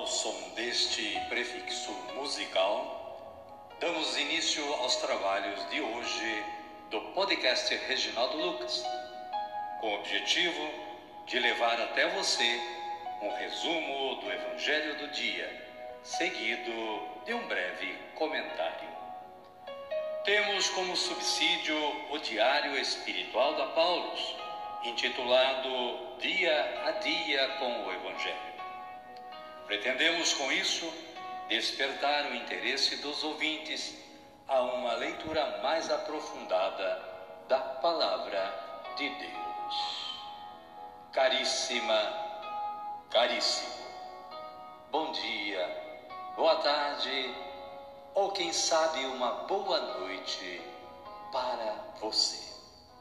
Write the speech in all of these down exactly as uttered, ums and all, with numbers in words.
som deste prefixo musical, damos início aos trabalhos de hoje do podcast Reginaldo Lucas, com o objetivo de levar até você um resumo do Evangelho do dia, seguido de um breve comentário. Temos como subsídio o Diário Espiritual da Paulus, intitulado Dia a Dia com o Evangelho. Pretendemos com isso despertar o interesse dos ouvintes a uma leitura mais aprofundada da Palavra de Deus. Caríssima, caríssimo, bom dia, boa tarde ou quem sabe uma boa noite para você.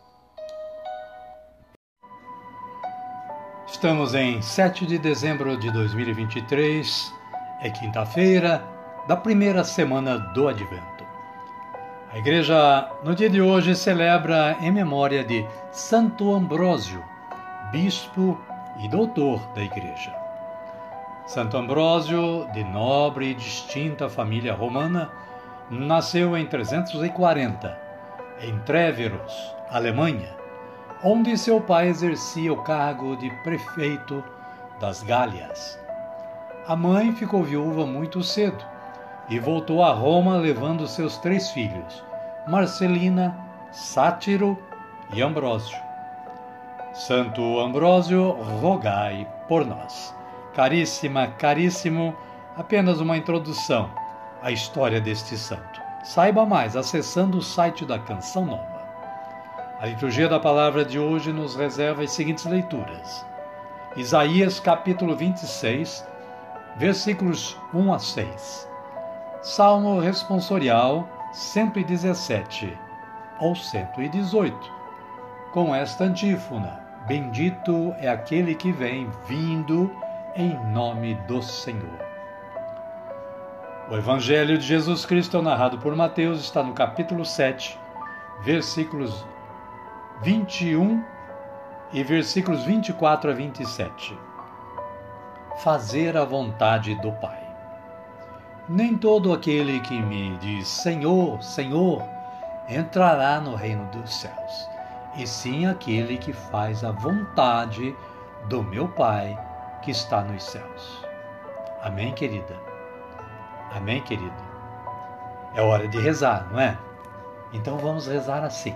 Estamos em sete de dezembro de dois mil e vinte e três, é quinta-feira da primeira semana do Advento. A Igreja, no dia de hoje, celebra em memória de Santo Ambrósio, bispo e doutor da Igreja. Santo Ambrósio, de nobre e distinta família romana, nasceu em trezentos e quarenta, em Tréveros, Alemanha, onde seu pai exercia o cargo de prefeito das Gálias. A mãe ficou viúva muito cedo e voltou a Roma levando seus três filhos, Marcelina, Sátiro e Ambrósio. Santo Ambrósio, rogai por nós. Caríssima, caríssimo, apenas uma introdução à história deste santo. Saiba mais acessando o site da Canção Nova. A liturgia da palavra de hoje nos reserva as seguintes leituras. Isaías capítulo vinte e seis, versículos um a seis. Salmo responsorial cento e dezessete ao cento e dezoito. Com esta antífona: Bendito é aquele que vem vindo em nome do Senhor. O Evangelho de Jesus Cristo, narrado por Mateus, está no capítulo sete, versículos vinte e um e versículos vinte e quatro a vinte e sete. Fazer a vontade do Pai. Nem todo aquele que me diz Senhor, Senhor, entrará no reino dos céus, e sim aquele que faz a vontade do meu Pai que está nos céus. Amém, querida? Amém, querido? É hora de rezar, não é? Então vamos rezar assim.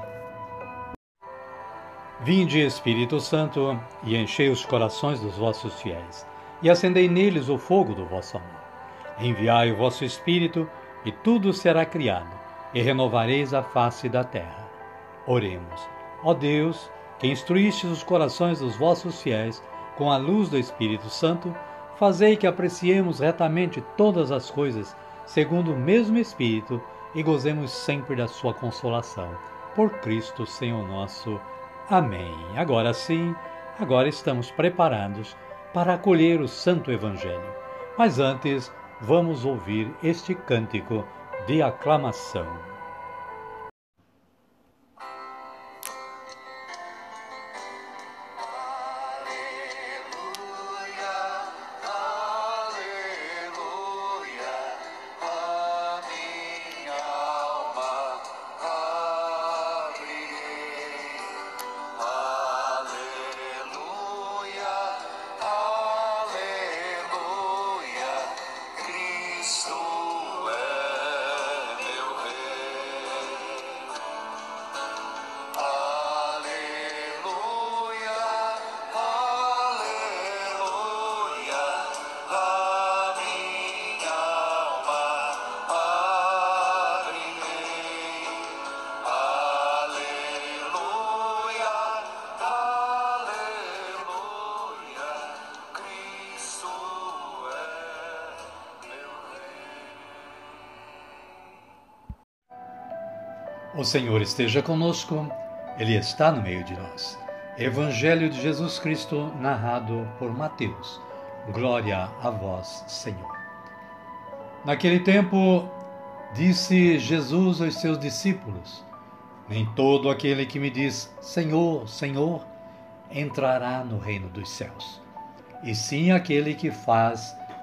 Vinde, Espírito Santo, e enchei os corações dos vossos fiéis, e acendei neles o fogo do vosso amor. Enviai o vosso Espírito, e tudo será criado, e renovareis a face da terra. Oremos. Ó Deus, que instruístes os corações dos vossos fiéis com a luz do Espírito Santo, fazei que apreciemos retamente todas as coisas, segundo o mesmo Espírito, e gozemos sempre da sua consolação. Por Cristo, Senhor nosso. Amém. Agora sim, agora estamos preparados para acolher o Santo Evangelho. Mas antes, vamos ouvir este cântico de aclamação. O Senhor esteja conosco, Ele está no meio de nós. Evangelho de Jesus Cristo, narrado por Mateus. Glória a vós, Senhor. Naquele tempo, disse Jesus aos seus discípulos: Nem todo aquele que me diz Senhor, Senhor, entrará no reino dos céus, e sim aquele que faz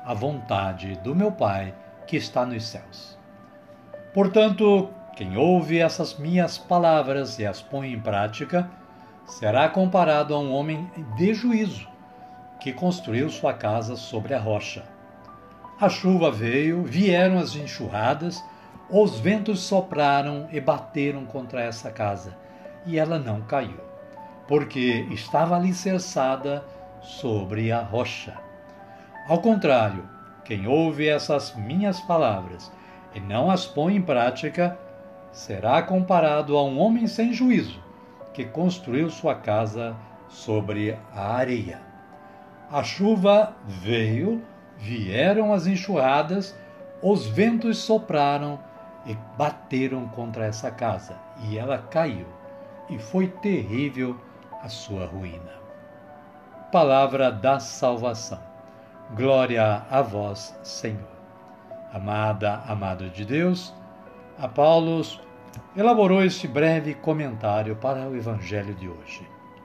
a vontade do meu Pai que está nos céus. Portanto, quem ouve essas minhas palavras e as põe em prática, será comparado a um homem de juízo, que construiu sua casa sobre a rocha. A chuva veio, vieram as enxurradas, os ventos sopraram e bateram contra essa casa, e ela não caiu, porque estava alicerçada sobre a rocha. Ao contrário, quem ouve essas minhas palavras e não as põe em prática, será comparado a um homem sem juízo, que construiu sua casa sobre a areia. A chuva veio, vieram as enxurradas, os ventos sopraram e bateram contra essa casa, e ela caiu, e foi terrível a sua ruína. Palavra da salvação. Glória a vós, Senhor. Amada, amado de Deus, a Paulo elaborou este breve comentário para o Evangelho de hoje.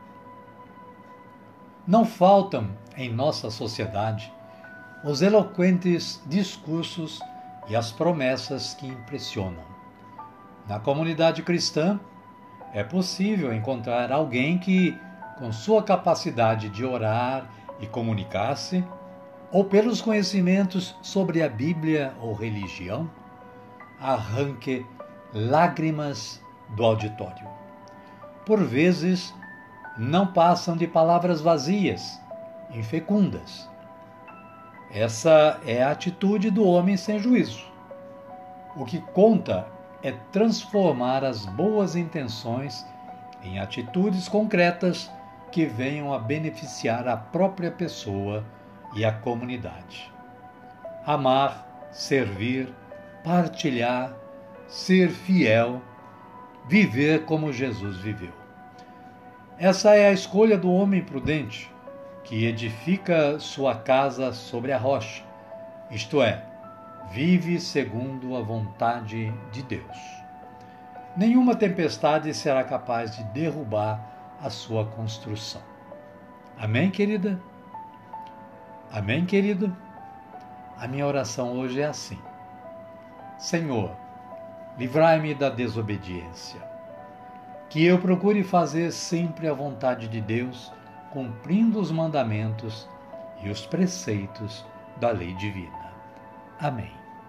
Não faltam em nossa sociedade os eloquentes discursos e as promessas que impressionam. Na comunidade cristã, é possível encontrar alguém que, com sua capacidade de orar e comunicar-se, ou pelos conhecimentos sobre a Bíblia ou religião, arranque lágrimas do auditório. Por vezes, não passam de palavras vazias, infecundas. Essa é a atitude do homem sem juízo. O que conta é transformar as boas intenções em atitudes concretas que venham a beneficiar a própria pessoa e a comunidade. Amar, servir, partilhar, ser fiel, viver como Jesus viveu. Essa é a escolha do homem prudente, que edifica sua casa sobre a rocha, isto é, vive segundo a vontade de Deus. Nenhuma tempestade será capaz de derrubar a sua construção. Amém, querida? Amém, querido? A minha oração hoje é assim: Senhor, livrai-me da desobediência, que eu procure fazer sempre a vontade de Deus, cumprindo os mandamentos e os preceitos da lei divina. Amém.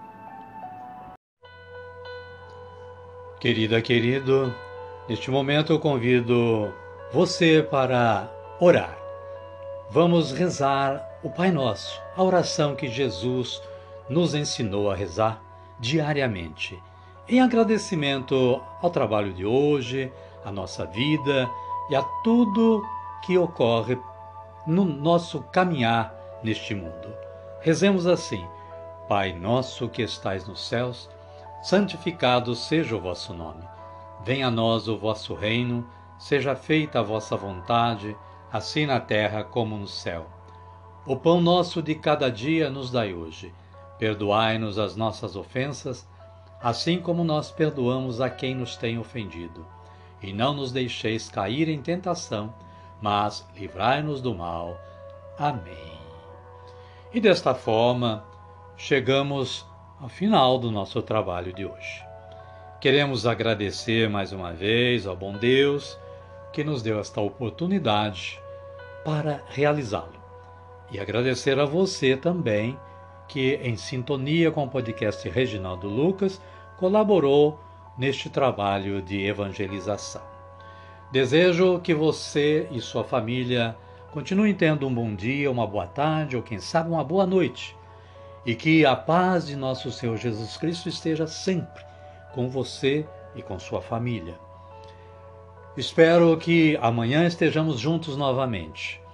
Querida, querido, neste momento eu convido você para orar. Vamos rezar o Pai Nosso, a oração que Jesus nos ensinou a rezar diariamente, em agradecimento ao trabalho de hoje, à nossa vida e a tudo que ocorre no nosso caminhar neste mundo. Rezemos assim: Pai nosso que estais nos céus, santificado seja o vosso nome. Venha a nós o vosso reino, seja feita a vossa vontade, assim na terra como no céu. O pão nosso de cada dia nos dai hoje. Perdoai-nos as nossas ofensas, assim como nós perdoamos a quem nos tem ofendido. E não nos deixeis cair em tentação, mas livrai-nos do mal. Amém. E desta forma, chegamos ao final do nosso trabalho de hoje. Queremos agradecer mais uma vez ao bom Deus que nos deu esta oportunidade para realizá-lo. E agradecer a você também que, em sintonia com o podcast Reginaldo Lucas, colaborou neste trabalho de evangelização. Desejo que você e sua família continuem tendo um bom dia, uma boa tarde ou, quem sabe, uma boa noite. E que a paz de nosso Senhor Jesus Cristo esteja sempre com você e com sua família. Espero que amanhã estejamos juntos novamente.